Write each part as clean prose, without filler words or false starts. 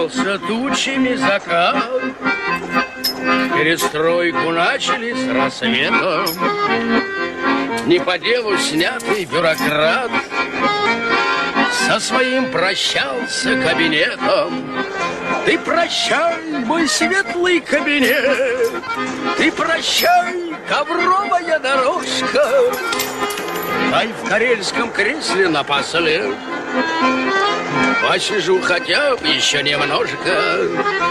Собрался тучами закат, перестройку начали с рассветом. Не по делу снятый бюрократ со своим прощался кабинетом. Ты прощай, мой светлый кабинет, ты прощай, ковровая дорожка. Дай в карельском кресле напоследок посижу хотя бы еще немножко.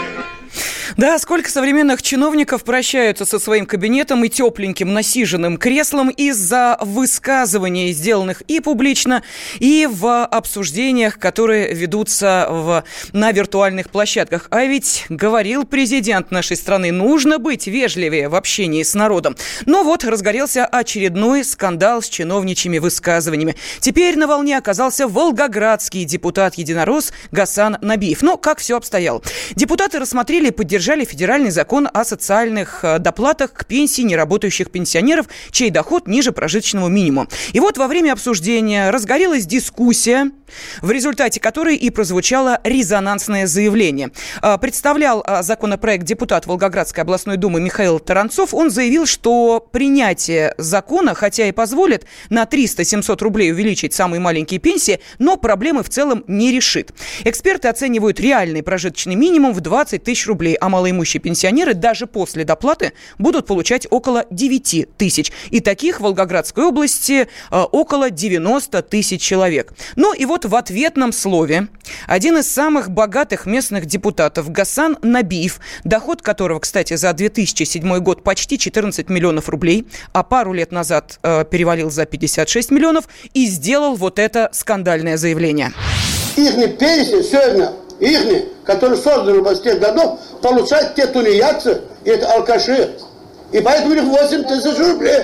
Да, сколько современных чиновников прощаются со своим кабинетом и тепленьким насиженным креслом из-за высказываний, сделанных и публично, и в обсуждениях, которые ведутся на виртуальных площадках. А ведь говорил президент нашей страны, нужно быть вежливее в общении с народом. Но вот разгорелся очередной скандал с чиновничьими высказываниями. Теперь на волне оказался волгоградский депутат-единорос Гасан Набиев. Но как все обстояло? Депутаты рассмотрели и поддержали федеральный закон о социальных доплатах к пенсии неработающих пенсионеров, чей доход ниже прожиточного минимума. И вот во время обсуждения разгорелась дискуссия, в результате которой и прозвучало резонансное заявление. Представлял законопроект депутат Волгоградской областной думы Михаил Таранцов. Он заявил, что принятие закона, хотя и позволит на 300-700 рублей увеличить самые маленькие пенсии, но проблемы в целом не решит. Эксперты оценивают реальный прожиточный минимум в 20 тысяч рублей, а малоимущие пенсионеры даже после доплаты будут получать около 9 тысяч. И таких в Волгоградской области около 90 тысяч человек. Ну и вот в ответном слове один из самых богатых местных депутатов Гасан Набиев, доход которого, кстати, за 2007 год почти 14 миллионов рублей, а пару лет назад перевалил за 56 миллионов, и сделал вот это скандальное заявление. Их пенсии сегодня, которые созданы в тех годов, получают те тунеядцы, и это алкаши. И поэтому у них 8 тысяч рублей.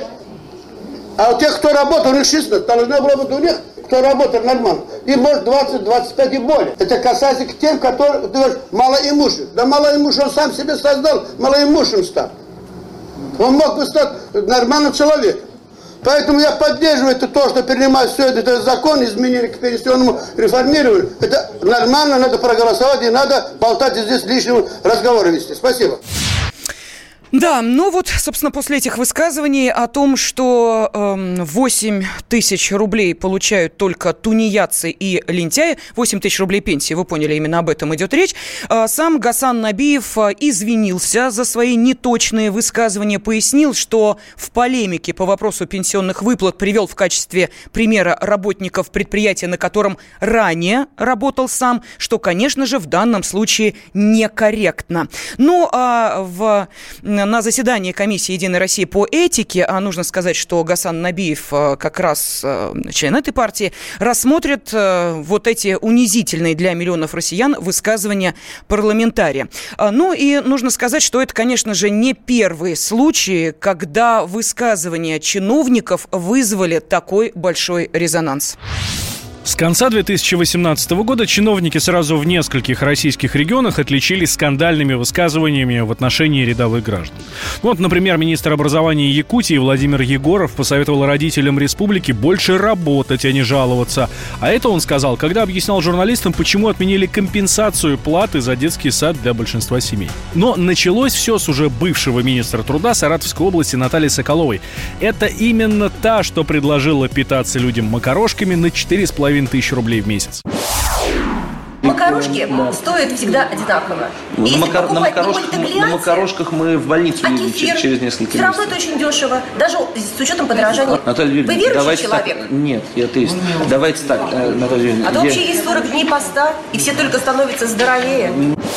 А у тех, кто работает, у них 16, должно было быть у них, кто работает нормально. И может 20, 25 и более. Это касается к тем, которые, ты говоришь, малоимущих. Да малоимущий он сам себе создал, малоимущим стал. Он мог бы стать нормальным человеком. Поэтому я поддерживаю то, что принимают все этот закон, изменили к пенсионному реформированию. Это нормально, надо проголосовать, и надо болтать здесь лишнего разговора вести. Спасибо. Да, ну вот, собственно, после этих высказываний о том, что 8 тысяч рублей получают только тунеядцы и лентяи, 8 тысяч рублей пенсии, вы поняли, именно об этом идет речь, сам Гасан Набиев извинился за свои неточные высказывания, пояснил, что в полемике по вопросу пенсионных выплат привел в качестве примера работников предприятия, на котором ранее работал сам, что, конечно же, в данном случае некорректно. Ну, а на заседании комиссии «Единой России» по этике, а нужно сказать, что Гасан Набиев как раз член этой партии, рассмотрит вот эти унизительные для миллионов россиян высказывания парламентария. Ну и нужно сказать, что это, конечно же, не первый случай, когда высказывания чиновников вызвали такой большой резонанс. С конца 2018 года чиновники сразу в нескольких российских регионах отличились скандальными высказываниями в отношении рядовых граждан. Вот, например, министр образования Якутии Владимир Егоров посоветовал родителям республики больше работать, а не жаловаться. А это он сказал, когда объяснял журналистам, почему отменили компенсацию платы за детский сад для большинства семей. Но началось все с уже бывшего министра труда Саратовской области Натальи Соколовой. Это именно та, что предложила питаться людям макарошками на 4,5 тысячи рублей в месяц. Макарошки стоят всегда одинаково. На макарошках мы в больницу едем через несколько месяцев. Все равно это очень дешево, даже с учетом подорожания. Наталья Юрьевна, вы верующий человек? Так, нет, я атеист. Давайте так, Наталья Юрьевна. А то вообще есть 40 дней поста, и все только становятся здоровее.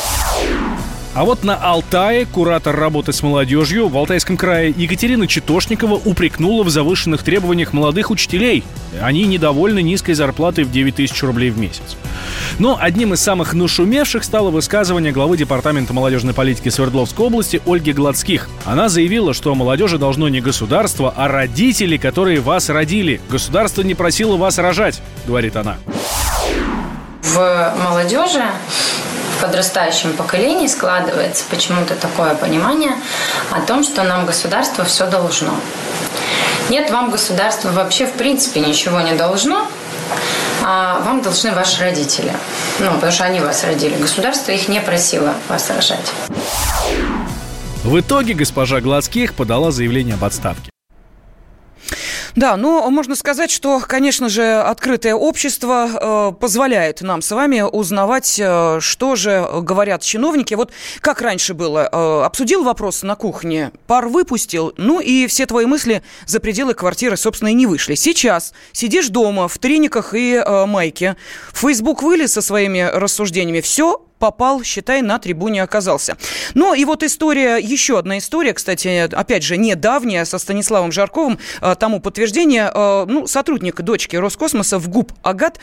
А вот на Алтае куратор работы с молодежью в Алтайском крае Екатерина Читошникова упрекнула в завышенных требованиях молодых учителей. Они недовольны низкой зарплатой в 9 тысяч рублей в месяц. Но одним из самых нашумевших стало высказывание главы Департамента молодежной политики Свердловской области Ольги Гладских. Она заявила, что молодежи должно не государство, а родители, которые вас родили. Государство не просило вас рожать, говорит она. В молодежи, в подрастающем поколении складывается почему-то такое понимание о том, что нам государство все должно. Нет, вам государство вообще в принципе ничего не должно. вам должны ваши родители. Потому что они вас родили. Государство их не просило вас рожать. В итоге госпожа Гладских подала заявление об отставке. Да, но можно сказать, что, конечно же, открытое общество позволяет нам с вами узнавать, что же говорят чиновники. Вот как раньше было, обсудил вопрос на кухне, пар выпустил, и все твои мысли за пределы квартиры, собственно, и не вышли. Сейчас сидишь дома в трениках и майке, в Facebook вылез со своими рассуждениями, все, попал, считай, на трибуне оказался. Ну и вот история, еще одна история, кстати, опять же, недавняя, со Станиславом Жарковым, тому подтверждение, сотрудник дочки Роскосмоса в ГУП «Агат»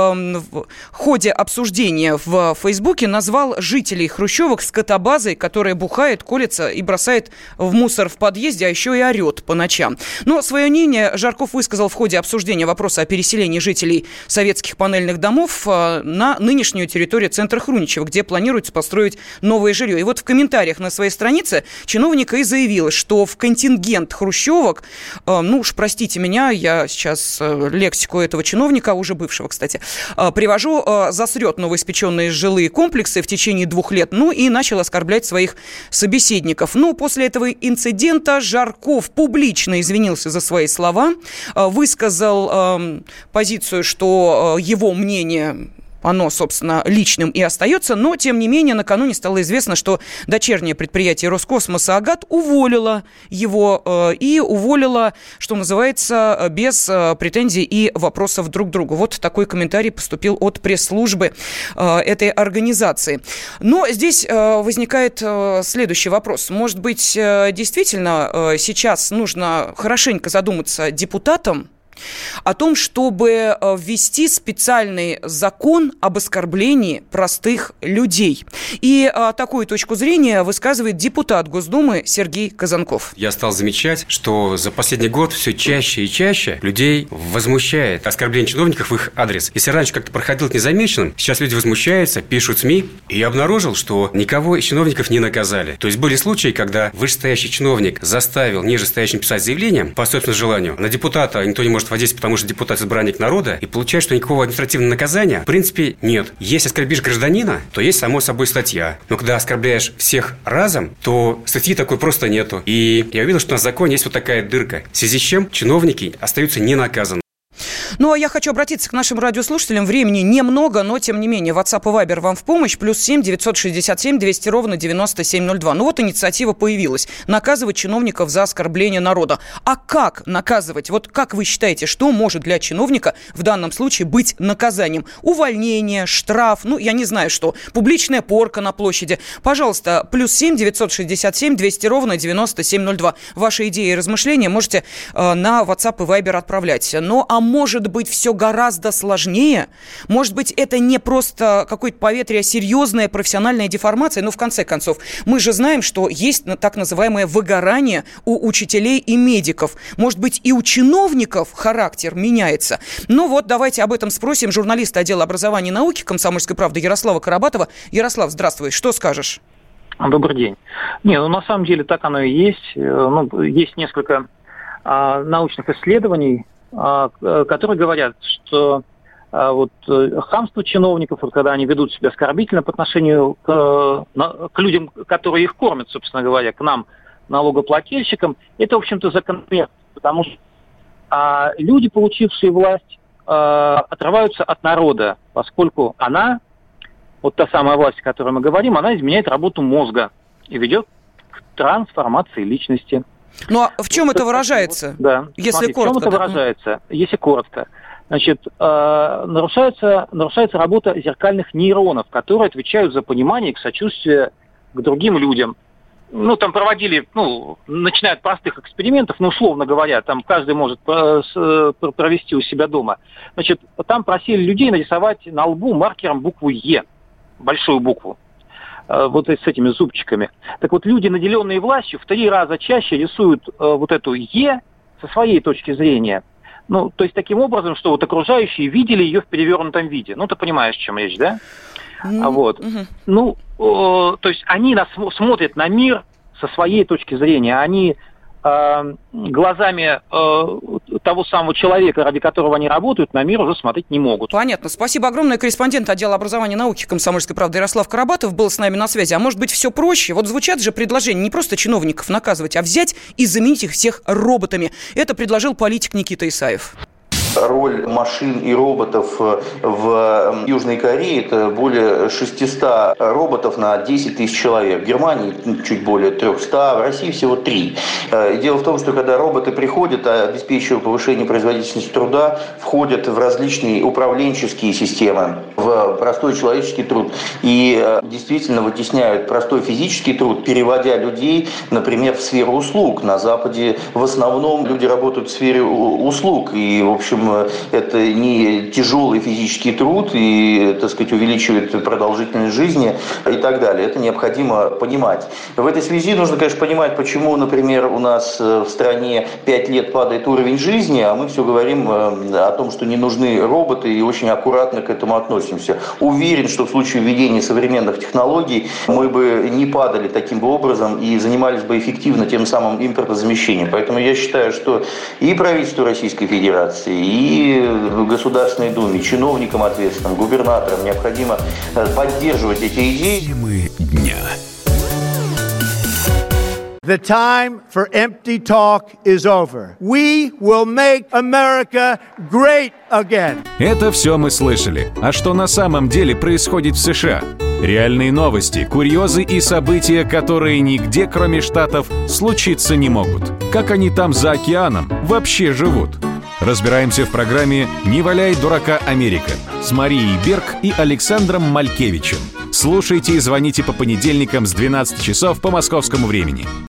в ходе обсуждения в Фейсбуке назвал жителей хрущевок скотобазой, которая бухает, колется и бросает в мусор в подъезде, а еще и орет по ночам. Но свое мнение Жарков высказал в ходе обсуждения вопроса о переселении жителей советских панельных домов на нынешнюю территорию центра Хруничева, где планируется построить новое жилье. И вот в комментариях на своей странице чиновник и заявил, что в контингент хрущевок, уж простите меня, я сейчас лексику этого чиновника, уже бывшего, кстати, привожу, засрет новоиспеченные жилые комплексы в течение 2 лет, и начал оскорблять своих собеседников. После этого инцидента Жарков публично извинился за свои слова, высказал позицию, что его мнение... Оно, собственно, личным и остается, но, тем не менее, накануне стало известно, что дочернее предприятие Роскосмоса «Агат» уволило его и уволило, что называется, без претензий и вопросов друг к другу. Вот такой комментарий поступил от пресс-службы этой организации. Но здесь возникает следующий вопрос. Может быть, действительно сейчас нужно хорошенько задуматься депутатам о том, чтобы ввести специальный закон об оскорблении простых людей. И такую точку зрения высказывает депутат Госдумы Сергей Казанков. Я стал замечать, что за последний год все чаще и чаще людей возмущает оскорбление чиновников в их адрес. Если раньше как-то проходило незамеченным, сейчас люди возмущаются, пишут СМИ, и я обнаружил, что никого из чиновников не наказали. То есть были случаи, когда вышестоящий чиновник заставил нижестоящим писать заявление по собственному желанию. На депутата никто не может воздействовать, потому что депутат избранник народа, и получается, что никакого административного наказания в принципе нет. Если оскорбишь гражданина, то есть, само собой, статья. Но когда оскорбляешь всех разом, то статьи такой просто нету. И я увидел, что у нас в законе есть вот такая дырка, в связи с чем чиновники остаются ненаказанными. Ну, а я хочу обратиться к нашим радиослушателям. Времени немного, но, тем не менее, WhatsApp и Viber вам в помощь. +7 967 200 ровно 9702. Ну, вот инициатива появилась. Наказывать чиновников за оскорбление народа. А как наказывать? Вот как вы считаете, что может для чиновника в данном случае быть наказанием? Увольнение, штраф, я не знаю что. Публичная порка на площади. Пожалуйста, +7 967 200 ровно 9702. Ваши идеи и размышления можете на WhatsApp и Viber отправлять. Ну, а может быть, все гораздо сложнее? Может быть, это не просто какое-то поветрие, а серьезная профессиональная деформация? В конце концов, мы же знаем, что есть так называемое выгорание у учителей и медиков. Может быть, и у чиновников характер меняется? Давайте об этом спросим журналиста отдела образования и науки «Комсомольской правды» Ярослава Карабатова. Ярослав, здравствуй. Что скажешь? Добрый день. На самом деле так оно и есть. Есть несколько научных исследований, которые говорят, что хамство чиновников, когда они ведут себя оскорбительно по отношению к людям, которые их кормят, собственно говоря, к нам, налогоплательщикам, это, в общем-то, закономерно, потому что люди, получившие власть, отрываются от народа, поскольку она, та самая власть, о которой мы говорим, она изменяет работу мозга и ведет к трансформации личности. А в чем это выражается? Да. Если коротко. В чем это выражается? Если коротко. Нарушается работа зеркальных нейронов, которые отвечают за понимание и сочувствие к другим людям. Там проводили, начиная от простых экспериментов, условно говоря, там каждый может провести у себя дома. Там просили людей нарисовать на лбу маркером букву «Е», большую букву. С этими зубчиками. Так вот, люди, наделенные властью, в 3 раза чаще рисуют эту «Е» со своей точки зрения. То есть, таким образом, что окружающие видели ее в перевернутом виде. Ты понимаешь, о чем речь, да? То есть, они смотрят на мир со своей точки зрения. Они глазами того самого человека, ради которого они работают, на мир уже смотреть не могут. Понятно. Спасибо огромное. Корреспондент отдела образования и науки «Комсомольской правды» Ярослав Карабатов был с нами на связи. А может быть, все проще? Вот звучат же предложения не просто чиновников наказывать, а взять и заменить их всех роботами. Это предложил политик Никита Исаев. Роль машин и роботов в Южной Корее – это более 600 роботов на 10 тысяч человек. В Германии чуть более 300, в России всего 3. Дело в том, что когда роботы приходят, обеспечивая повышение производительности труда, входят в различные управленческие системы, в простой человеческий труд и действительно вытесняют простой физический труд, переводя людей, например, в сферу услуг. На Западе в основном люди работают в сфере услуг, и, в общем, это не тяжелый физический труд и, так сказать, увеличивает продолжительность жизни и так далее. Это необходимо понимать. В этой связи нужно, конечно, понимать, почему, например, у нас в стране 5 лет падает уровень жизни, а мы все говорим о том, что не нужны роботы и очень аккуратно к этому относимся. Уверен, что в случае введения современных технологий мы бы не падали таким бы образом и занимались бы эффективно тем самым импортозамещением. Поэтому я считаю, что и правительству Российской Федерации, и в Государственной Думе, чиновникам ответственным, губернаторам необходимо поддерживать эти идеи. Темы дня. The time for empty talk is over. We will make America great again. Это все мы слышали. А что на самом деле происходит в США? Реальные новости, курьезы и события, которые нигде, кроме Штатов, случиться не могут. Как они там за океаном вообще живут? Разбираемся в программе «Не валяй дурака, Америка» с Марией Берг и Александром Малькевичем. Слушайте и звоните по понедельникам с 12 часов по московскому времени.